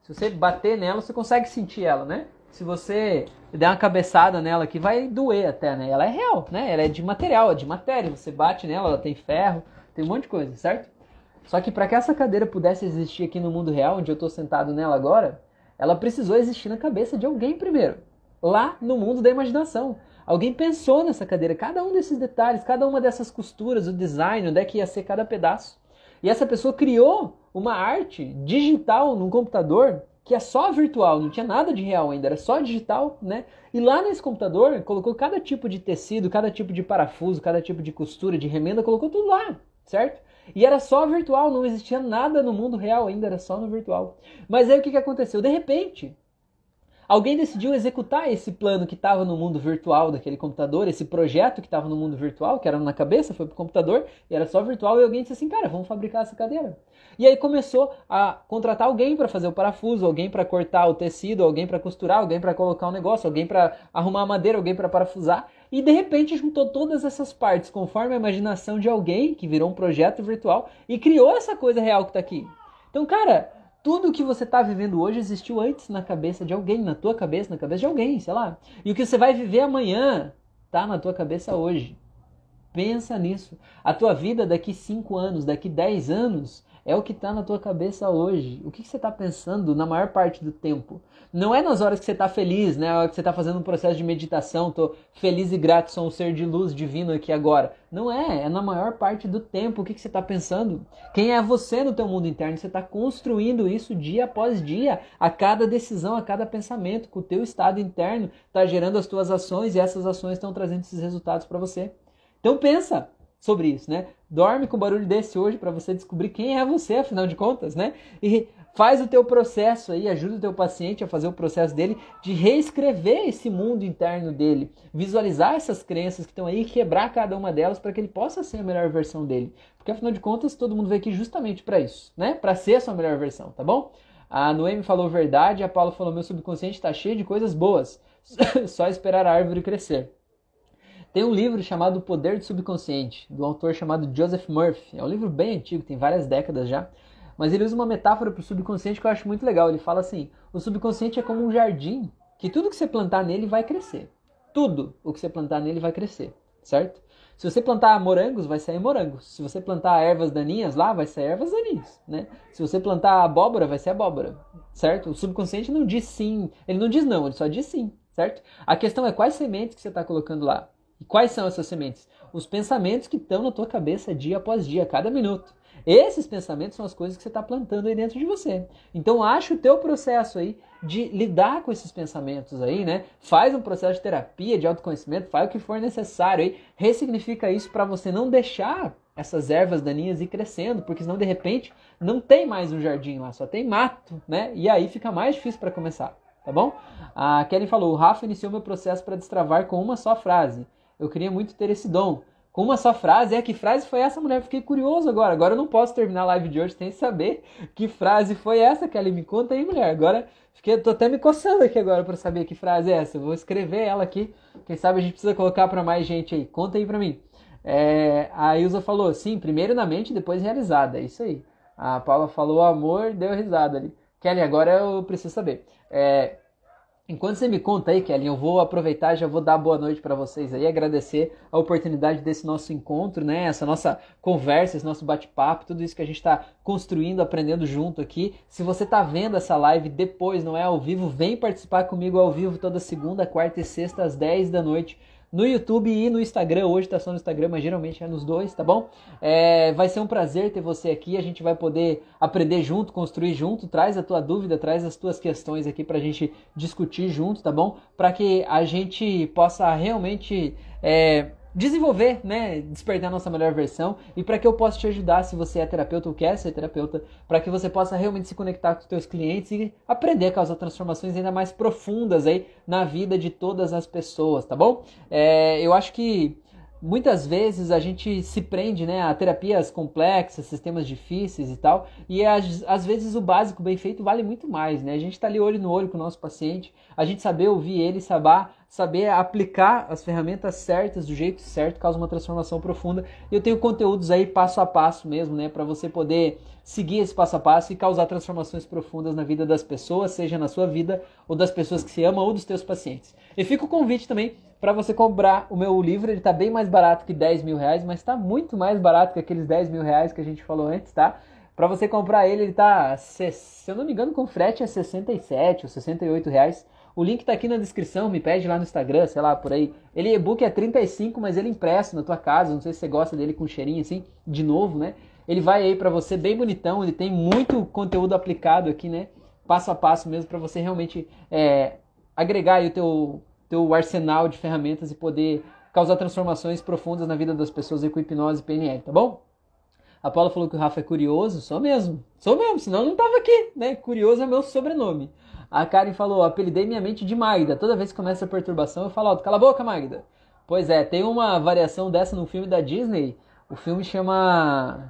Se você bater nela, você consegue sentir ela, né? Se você der uma cabeçada nela aqui, vai doer até, né? Ela é real, né? Ela é de material, é de matéria. Você bate nela, ela tem ferro, tem um monte de coisa, certo? Só que para que essa cadeira pudesse existir aqui no mundo real, onde eu estou sentado nela agora, ela precisou existir na cabeça de alguém primeiro. Lá no mundo da imaginação. Alguém pensou nessa cadeira, cada um desses detalhes, cada uma dessas costuras, o design, onde é que ia ser cada pedaço. E essa pessoa criou uma arte digital num computador que é só virtual, não tinha nada de real ainda, era só digital, né? E lá nesse computador colocou cada tipo de tecido, cada tipo de parafuso, cada tipo de costura, de remenda, colocou tudo lá, certo? E era só virtual, não existia nada no mundo real ainda, era só no virtual. Mas aí o que aconteceu? De repente, alguém decidiu executar esse plano que estava no mundo virtual daquele computador, esse projeto que estava no mundo virtual, que era na cabeça, foi pro computador, e era só virtual, e alguém disse assim, cara, vamos fabricar essa cadeira. E aí começou a contratar alguém para fazer o parafuso, alguém para cortar o tecido, alguém para costurar, alguém para colocar o negócio, alguém para arrumar a madeira, alguém para parafusar, e de repente juntou todas essas partes, conforme a imaginação de alguém, que virou um projeto virtual, e criou essa coisa real que está aqui. Então, cara, tudo que você está vivendo hoje existiu antes na cabeça de alguém, na tua cabeça, na cabeça de alguém, sei lá. E o que você vai viver amanhã tá na tua cabeça hoje. Pensa nisso. A tua vida daqui 5 anos, daqui 10 anos, é o que está na tua cabeça hoje. O que você está pensando na maior parte do tempo? Não é nas horas que você está feliz, né? Na hora que você está fazendo um processo de meditação, tô feliz e grato, sou um ser de luz divino aqui agora. Não é, é na maior parte do tempo. O que você está pensando? Quem é você no teu mundo interno? Você está construindo isso dia após dia, a cada decisão, a cada pensamento, com o teu estado interno, está gerando as tuas ações e essas ações estão trazendo esses resultados para você. Então pensa sobre isso, né? Dorme com barulho desse hoje para você descobrir quem é você, afinal de contas, né? E faz o teu processo aí, ajuda o teu paciente a fazer o processo dele de reescrever esse mundo interno dele, visualizar essas crenças que estão aí, quebrar cada uma delas para que ele possa ser a melhor versão dele. Porque afinal de contas, todo mundo veio aqui justamente para isso, né? Para ser a sua melhor versão, tá bom? A Noemi falou verdade, a Paula falou meu subconsciente está cheio de coisas boas, só esperar a árvore crescer. Tem um livro chamado O Poder do Subconsciente, do autor chamado Joseph Murphy. É um livro bem antigo, tem várias décadas já. Mas ele usa uma metáfora para o subconsciente que eu acho muito legal. Ele fala assim, o subconsciente é como um jardim, que tudo que você plantar nele vai crescer. Tudo o que você plantar nele vai crescer, certo? Se você plantar morangos, vai sair morangos. Se você plantar ervas daninhas lá, vai sair ervas daninhas, né? Se você plantar abóbora, vai ser abóbora, certo? O subconsciente não diz sim, ele não diz não, ele só diz sim, certo? A questão é quais sementes que você está colocando lá. E quais são essas sementes? Os pensamentos que estão na tua cabeça dia após dia, cada minuto. Esses pensamentos são as coisas que você está plantando aí dentro de você. Então acha o teu processo aí de lidar com esses pensamentos aí, né? Faz um processo de terapia, de autoconhecimento, faz o que for necessário aí, ressignifica isso para você não deixar essas ervas daninhas ir crescendo, porque senão de repente não tem mais um jardim lá, só tem mato, né? E aí fica mais difícil para começar, tá bom? A Kelly falou, o Rafa iniciou meu processo para destravar com uma só frase. Eu queria muito ter esse dom. Com uma só frase, que frase foi essa, mulher? Fiquei curioso agora. Agora eu não posso terminar a live de hoje sem saber que frase foi essa, Kelly. Me conta aí, mulher. Agora, tô até me coçando aqui agora para saber que frase é essa. Eu vou escrever ela aqui. Quem sabe a gente precisa colocar para mais gente aí. Conta aí para mim. A Ilza falou, sim, primeiro na mente, depois realizada. É isso aí. A Paula falou amor, deu risada ali. Kelly, agora eu preciso saber. Enquanto você me conta aí, Kelly, eu vou aproveitar e já vou dar boa noite para vocês aí, agradecer a oportunidade desse nosso encontro, né? Essa nossa conversa, esse nosso bate-papo, tudo isso que a gente está construindo, aprendendo junto aqui. Se você está vendo essa live depois, não é ao vivo, vem participar comigo ao vivo toda segunda, quarta e sexta às 10 da noite. No YouTube e no Instagram, hoje tá só no Instagram, mas geralmente é nos dois, tá bom? Vai ser um prazer ter você aqui, a gente vai poder aprender junto, construir junto, traz a tua dúvida, traz as tuas questões aqui pra gente discutir junto, tá bom? Pra que a gente possa realmente desenvolver, né, despertar a nossa melhor versão e para que eu possa te ajudar, se você é terapeuta ou quer ser terapeuta, para que você possa realmente se conectar com os teus clientes e aprender a causar transformações ainda mais profundas aí na vida de todas as pessoas, tá bom? Eu acho que muitas vezes a gente se prende, né, a terapias complexas, sistemas difíceis e tal, e às vezes o básico bem feito vale muito mais, né? A gente tá ali olho no olho com o nosso paciente, a gente saber ouvir ele, saber aplicar as ferramentas certas, do jeito certo, causa uma transformação profunda. E eu tenho conteúdos aí passo a passo mesmo, né, para você poder seguir esse passo a passo e causar transformações profundas na vida das pessoas, seja na sua vida, ou das pessoas que se amam, ou dos teus pacientes. E fica o convite também para você comprar o meu livro. Ele está bem mais barato que 10 mil reais, mas está muito mais barato que aqueles 10 mil reais que a gente falou antes, tá? Para você comprar ele tá, se eu não me engano, com frete é 67 ou 68 reais. O link tá aqui na descrição, me pede lá no Instagram, sei lá, por aí. Ele e-book é 35, mas ele impresso na tua casa, não sei se você gosta dele com cheirinho assim, de novo, né? Ele vai aí pra você bem bonitão, ele tem muito conteúdo aplicado aqui, né? Passo a passo mesmo, pra você realmente agregar aí o teu arsenal de ferramentas e poder causar transformações profundas na vida das pessoas aí com hipnose e PNL, tá bom? A Paula falou que o Rafa é curioso, sou mesmo, senão eu não tava aqui, né? Curioso é meu sobrenome. A Karen falou, apelidei minha mente de Magda. Toda vez que começa a perturbação, eu falo, cala a boca, Magda. Pois é, tem uma variação dessa no filme da Disney. O filme chama...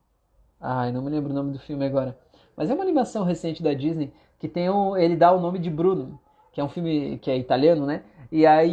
Ai, não me lembro o nome do filme agora. Mas é uma animação recente da Disney que tem ele dá o nome de Bruno, que é um filme que é italiano, né? E aí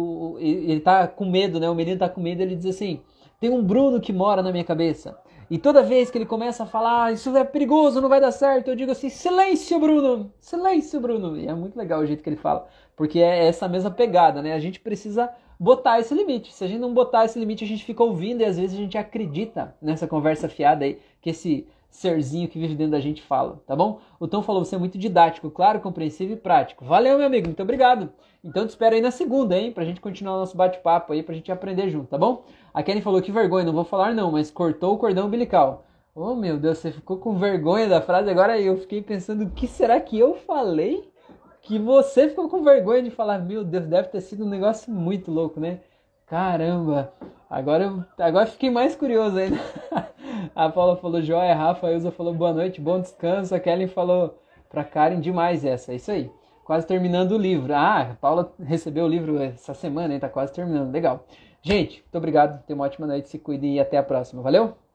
ele tá com medo, né? O menino tá com medo, ele diz assim, tem um Bruno que mora na minha cabeça. E toda vez que ele começa a falar, isso é perigoso, não vai dar certo, eu digo assim, silêncio, Bruno! Silêncio, Bruno! E é muito legal o jeito que ele fala, porque é essa mesma pegada, né? A gente precisa botar esse limite. Se a gente não botar esse limite, a gente fica ouvindo e às vezes a gente acredita nessa conversa fiada aí, que esse serzinho que vive dentro da gente fala, tá bom? O Tom falou, você é muito didático, claro, compreensível e prático. Valeu, meu amigo, muito obrigado. Então te espero aí na segunda, hein? Pra gente continuar o nosso bate-papo aí, pra gente aprender junto, tá bom? A Kenny falou, que vergonha, não vou falar não, mas cortou o cordão umbilical. Oh, meu Deus, você ficou com vergonha da frase, agora eu fiquei pensando, o que será que eu falei? Que você ficou com vergonha de falar, meu Deus, deve ter sido um negócio muito louco, né? Caramba, agora eu fiquei mais curioso ainda. A Paula falou, joia, a Rafa, a Ilza falou, boa noite, bom descanso. A Kellen falou, pra Karen, demais essa, é isso aí. Quase terminando o livro. Ah, a Paula recebeu o livro essa semana, hein? Tá quase terminando, legal. Gente, muito obrigado, tenha uma ótima noite, se cuide e até a próxima, valeu?